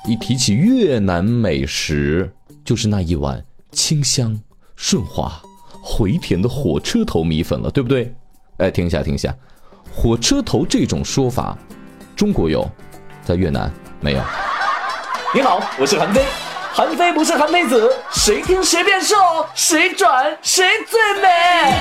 一提起越南美食，就是那一碗清香顺滑回甜的火车头米粉了，对不对？停一下，火车头这种说法中国有，在越南没有。 你好，我是韩非，韩非不是韩非子，谁听谁变瘦，谁转谁最美。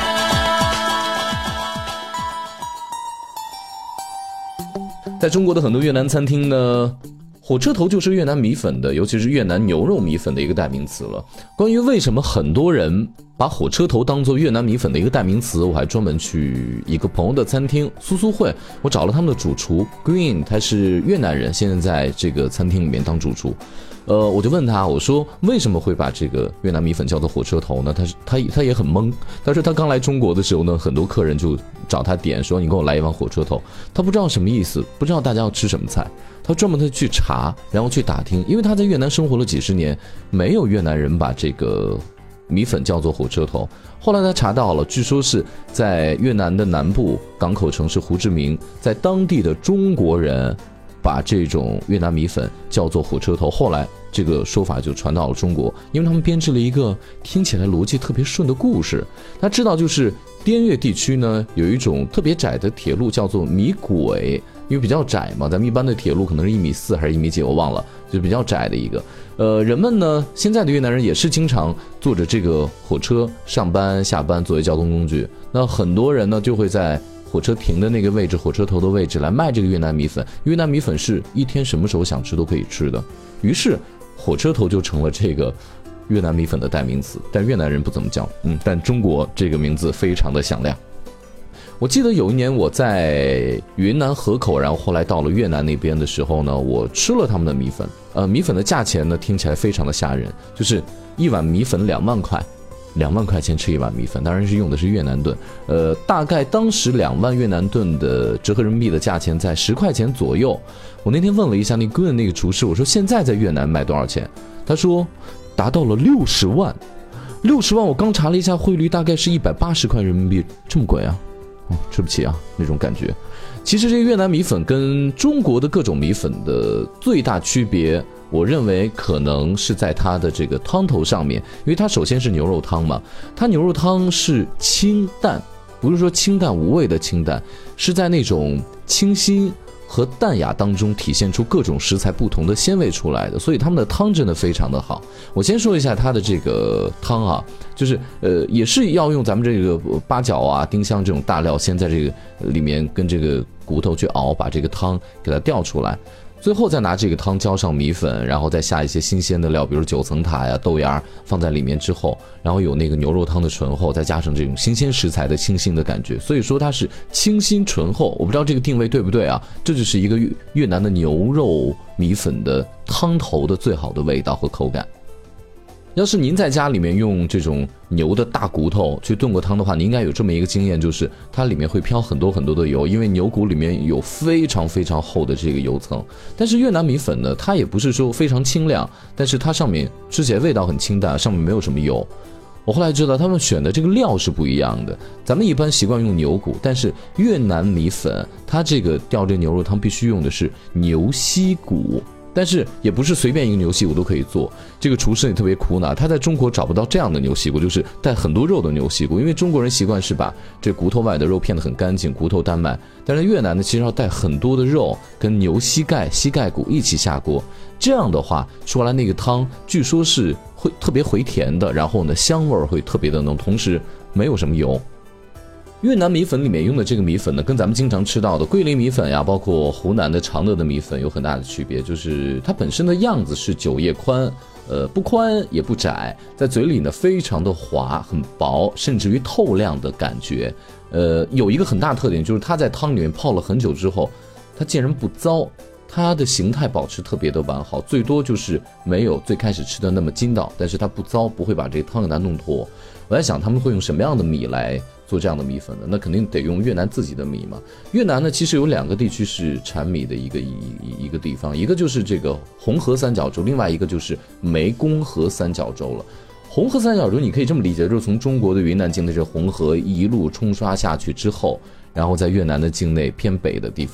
在中国的很多越南餐厅呢，火车头就是越南米粉的，尤其是越南牛肉米粉的一个代名词了。关于为什么很多人把火车头当做越南米粉的一个代名词，我还专门去一个朋友的餐厅苏苏会，我找了他们的主厨 Green， 他是越南人，现在在这个餐厅里面当主厨。我就问他，我说为什么会把这个越南米粉叫做火车头呢？他也很懵。他说他刚来中国的时候呢，很多客人就找他点说你给我来一碗火车头，他不知道什么意思，不知道大家要吃什么菜，他专门的去查，然后去打听，因为他在越南生活了几十年，没有越南人把这个米粉叫做火车头。后来他查到了，据说是在越南的南部港口城市胡志明，在当地的中国人把这种越南米粉叫做火车头，后来这个说法就传到了中国，因为他们编织了一个听起来逻辑特别顺的故事。他知道就是滇越地区呢有一种特别窄的铁路叫做米轨，因为比较窄嘛，咱们一般的铁路可能是1.4米还是1.9米，我忘了，就是比较窄的一个。人们呢，现在的越南人也是经常坐着这个火车上班下班作为交通工具。那很多人呢就会在火车停的那个位置，火车头的位置来卖这个越南米粉。越南米粉是一天什么时候想吃都可以吃的，于是火车头就成了这个越南米粉的代名词。但越南人不怎么叫，但中国这个名字非常的响亮。我记得有一年我在云南河口，然后后来到了越南那边的时候呢，我吃了他们的米粉。米粉的价钱呢听起来非常的吓人，就是一碗米粉2万块。2万块钱吃一碗米粉，当然是用的是越南盾。大概当时2万越南盾的折合人民币的价钱在10块钱左右。我那天问了一下那个厨师，我说现在在越南卖多少钱？他说达到了60万。60万，我刚查了一下汇率，大概是180块人民币，这么贵啊？吃不起啊，那种感觉。其实这个越南米粉跟中国的各种米粉的最大区别，我认为可能是在它的这个汤头上面，因为它首先是牛肉汤嘛，它牛肉汤是清淡，不是说清淡无味的清淡，是在那种清新和淡雅当中体现出各种食材不同的鲜味出来的，所以他们的汤真的非常的好。我先说一下它的这个汤啊，就是也是要用咱们这个八角啊、丁香这种大料，先在这个里面跟这个骨头去熬，把这个汤给它调出来。最后再拿这个汤浇上米粉，然后再下一些新鲜的料，比如9层塔呀、豆芽放在里面之后，然后有那个牛肉汤的醇厚，再加上这种新鲜食材的清新的感觉，所以说它是清新醇厚。我不知道这个定位对不对啊？这就是一个越南的牛肉米粉的汤头的最好的味道和口感。要是您在家里面用这种牛的大骨头去炖过汤的话，你应该有这么一个经验，就是它里面会飘很多很多的油，因为牛骨里面有非常非常厚的这个油层。但是越南米粉呢，它也不是说非常清亮，但是它上面吃起来味道很清淡，上面没有什么油。我后来知道他们选的这个料是不一样的，咱们一般习惯用牛骨，但是越南米粉它这个调这牛肉汤必须用的是牛膝骨。但是也不是随便一个牛膝骨都可以做，这个厨师也特别苦恼，他在中国找不到这样的牛膝骨，就是带很多肉的牛膝骨，因为中国人习惯是把这骨头外的肉片得很干净，骨头单卖，但是越南呢其实要带很多的肉跟牛膝盖骨一起下锅，这样的话出来那个汤据说是会特别回甜的，然后呢香味会特别的浓，同时没有什么油。越南米粉里面用的这个米粉呢，跟咱们经常吃到的桂林米粉呀，包括湖南的常乐的米粉有很大的区别，就是它本身的样子是9叶宽，不宽也不窄，在嘴里呢非常的滑，很薄，甚至于透亮的感觉。有一个很大特点，就是它在汤里面泡了很久之后，它竟然不糟，它的形态保持特别的完好，最多就是没有最开始吃的那么筋道，但是它不糟，不会把这个汤给它弄脱。我在想他们会用什么样的米来做这样的米粉呢？那肯定得用越南自己的米嘛。越南呢其实有2个地区是产米的一个地方，一个就是这个红河三角洲，另外一个就是湄公河三角洲了。红河三角洲你可以这么理解，就是从中国的云南境内这红河一路冲刷下去之后，然后在越南的境内偏北的地方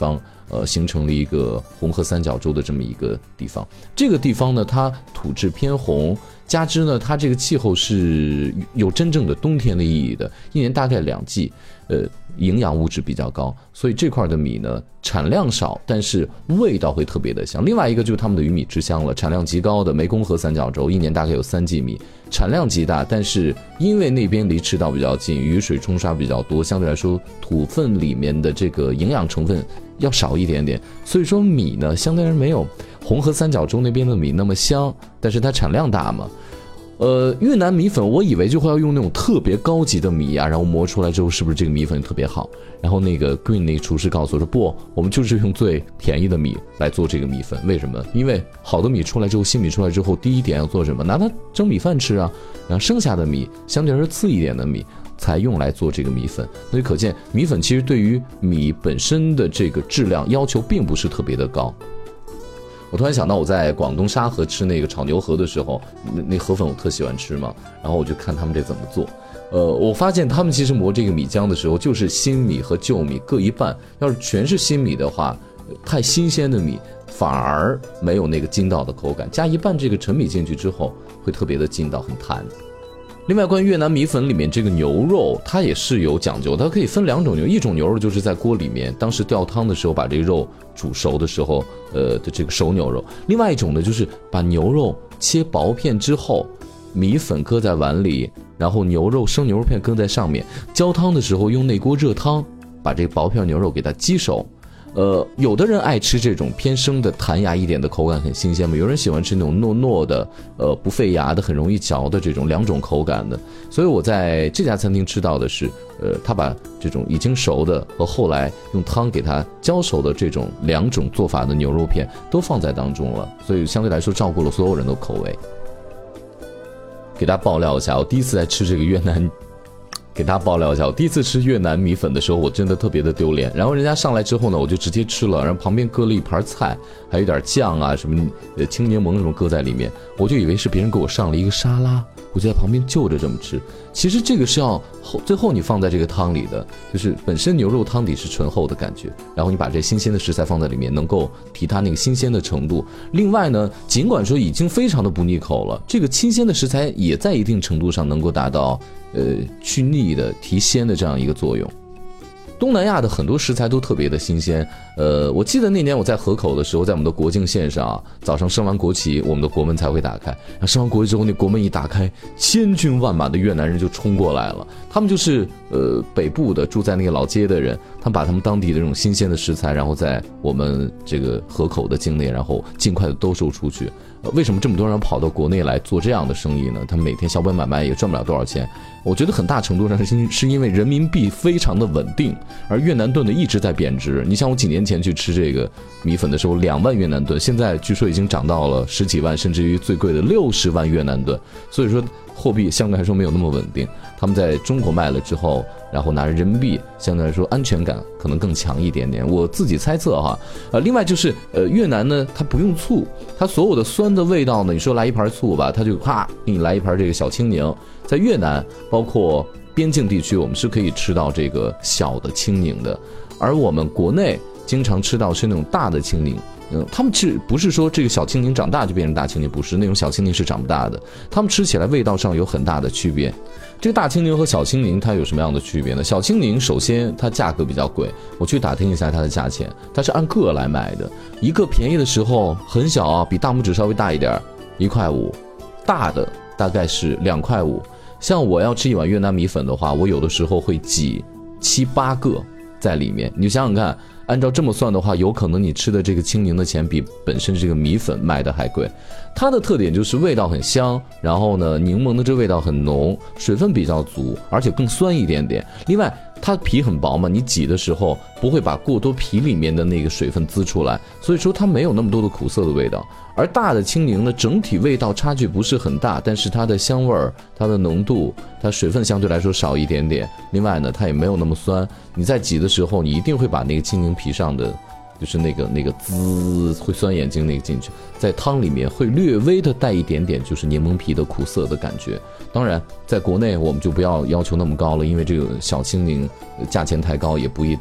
形成了一个红河三角洲的这么一个地方。这个地方呢，它土质偏红，加之呢，它这个气候是有真正的冬天的意义的，一年大概2季，营养物质比较高，所以这块的米呢产量少，但是味道会特别的香。另外一个就是他们的鱼米之乡了，产量极高的湄公河三角洲，一年大概有3季米，产量极大，但是因为那边离赤道比较近，雨水冲刷比较多，相对来说土分里面的这个营养成分要少一点点，所以说米呢相对而言没有红河三角洲那边的米那么香，但是它产量大嘛。越南米粉我以为就会要用那种特别高级的米啊，然后磨出来之后是不是这个米粉特别好，然后那个 Green 那个厨师告诉我说不，我们就是用最便宜的米来做这个米粉。为什么？因为好的米出来之后，新米出来之后，第一点要做什么？拿它蒸米饭吃啊，然后剩下的米相对来说次一点的米才用来做这个米粉。所以可见米粉其实对于米本身的这个质量要求并不是特别的高。我突然想到我在广东沙河吃那个炒牛河的时候，那河粉我特喜欢吃嘛，然后我就看他们这怎么做。我发现他们其实磨这个米浆的时候，就是新米和旧米各一半。要是全是新米的话，太新鲜的米反而没有那个筋道的口感，加一半这个陈米进去之后，会特别的筋道，很弹。另外，关于越南米粉里面这个牛肉，它也是有讲究，它可以分2种牛，一种牛肉就是在锅里面，当时吊汤的时候把这个肉煮熟的时候，的这个熟牛肉；另外一种呢，就是把牛肉切薄片之后，米粉搁在碗里，然后生牛肉片搁在上面，浇汤的时候用那锅热汤把这个薄片牛肉给它激熟。有的人爱吃这种偏生的弹牙一点的口感很新鲜嘛，有人喜欢吃那种糯糯的不费牙的很容易嚼的这种2种口感的。所以我在这家餐厅吃到的是他把这种已经熟的和后来用汤给它浇熟的这种2种做法的牛肉片都放在当中了，所以相对来说照顾了所有人的口味。给大家爆料一下，我第一次在吃这个越南给大家爆料一下，我第一次吃越南米粉的时候，我真的特别的丢脸。然后人家上来之后呢，我就直接吃了，然后旁边搁了一盘菜，还有点酱啊，什么青柠檬那种搁在里面，我就以为是别人给我上了一个沙拉，我就在旁边就着这么吃。其实这个是要最后你放在这个汤里的，就是本身牛肉汤底是醇厚的感觉，然后你把这新鲜的食材放在里面，能够提它那个新鲜的程度。另外呢，尽管说已经非常的不腻口了，这个新鲜的食材也在一定程度上能够达到去腻的提鲜的这样一个作用。东南亚的很多食材都特别的新鲜。我记得那年我在河口的时候，在我们的国境线上啊，早上升完国旗，我们的国门才会打开。然后升完国旗之后，那国门一打开，千军万马的越南人就冲过来了。他们就是北部的住在那个老街的人，他们把他们当地的这种新鲜的食材，然后在我们这个河口的境内，然后尽快的兜售出去。为什么这么多人跑到国内来做这样的生意呢？他们每天小本买卖也赚不了多少钱。我觉得很大程度上是因为人民币非常的稳定，而越南盾呢一直在贬值。你像我几年前去吃这个米粉的时候，2万越南盾，现在据说已经涨到了10几万，甚至于最贵的60万越南盾。所以说货币相对来说没有那么稳定。他们在中国卖了之后，然后拿人民币，相对来说安全感可能更强一点点。我自己猜测哈。另外就是越南呢，它不用醋，它所有的酸的味道呢，你说来一盘醋吧，它就啪给你来一盘这个小青柠。在越南，包括边境地区，我们是可以吃到这个小的青柠的，而我们国内经常吃到是那种大的青柠。他们不是说这个小青柠长大就变成大青柠，不是，那种小青柠是长不大的，他们吃起来味道上有很大的区别。这个大青柠和小青柠它有什么样的区别呢？小青柠首先它价格比较贵，我去打听一下它的价钱，它是按个来买的，一个便宜的时候很小啊，比大拇指稍微大一点，1块5，大的大概是2块5。像我要吃一碗越南米粉的话，我有的时候会挤7、8个在里面。你就想想看，按照这么算的话，有可能你吃的这个青柠的钱比本身这个米粉卖的还贵。它的特点就是味道很香，然后呢，柠檬的这味道很浓，水分比较足，而且更酸一点点。另外，它皮很薄嘛，你挤的时候不会把过多皮里面的那个水分滋出来，所以说它没有那么多的苦涩的味道。而大的青柠呢，整体味道差距不是很大，但是它的香味儿、它的浓度、它水分相对来说少一点点。另外呢，它也没有那么酸。你在挤的时候，你一定会把那个青柠皮上的，就是那个滋会酸眼睛那个进去，在汤里面会略微的带一点点就是柠檬皮的苦涩的感觉。当然，在国内我们就不要求那么高了，因为这个小青柠价钱太高也不易得。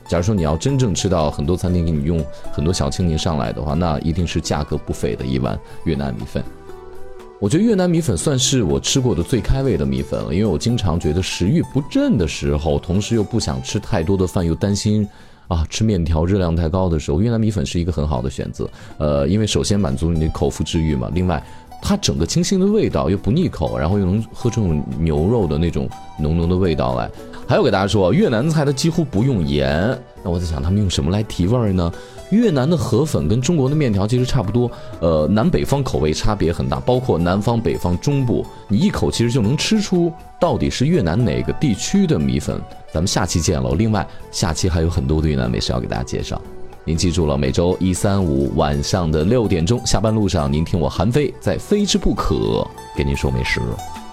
假如说你要真正吃到很多餐厅给你用很多小青柠上来的话，那一定是价格不菲的一碗越南米粉。我觉得越南米粉算是我吃过的最开胃的米粉了，因为我经常觉得食欲不振的时候，同时又不想吃太多的饭，又担心吃面条热量太高的时候，越南米粉是一个很好的选择。因为首先满足你的口腹之欲嘛，另外它整个清新的味道又不腻口，然后又能喝出牛肉的那种浓浓的味道来。还有给大家说，越南菜它几乎不用盐，那我在想他们用什么来提味呢？越南的河粉跟中国的面条其实差不多，南北方口味差别很大，包括南方、北方、中部，你一口其实就能吃出到底是越南哪个地区的米粉。咱们下期见喽！另外，下期还有很多的越南美食要给大家介绍。您记住了，每周1、3、5晚上的6点钟，下班路上您听我韩非在非吃不可给您说美食。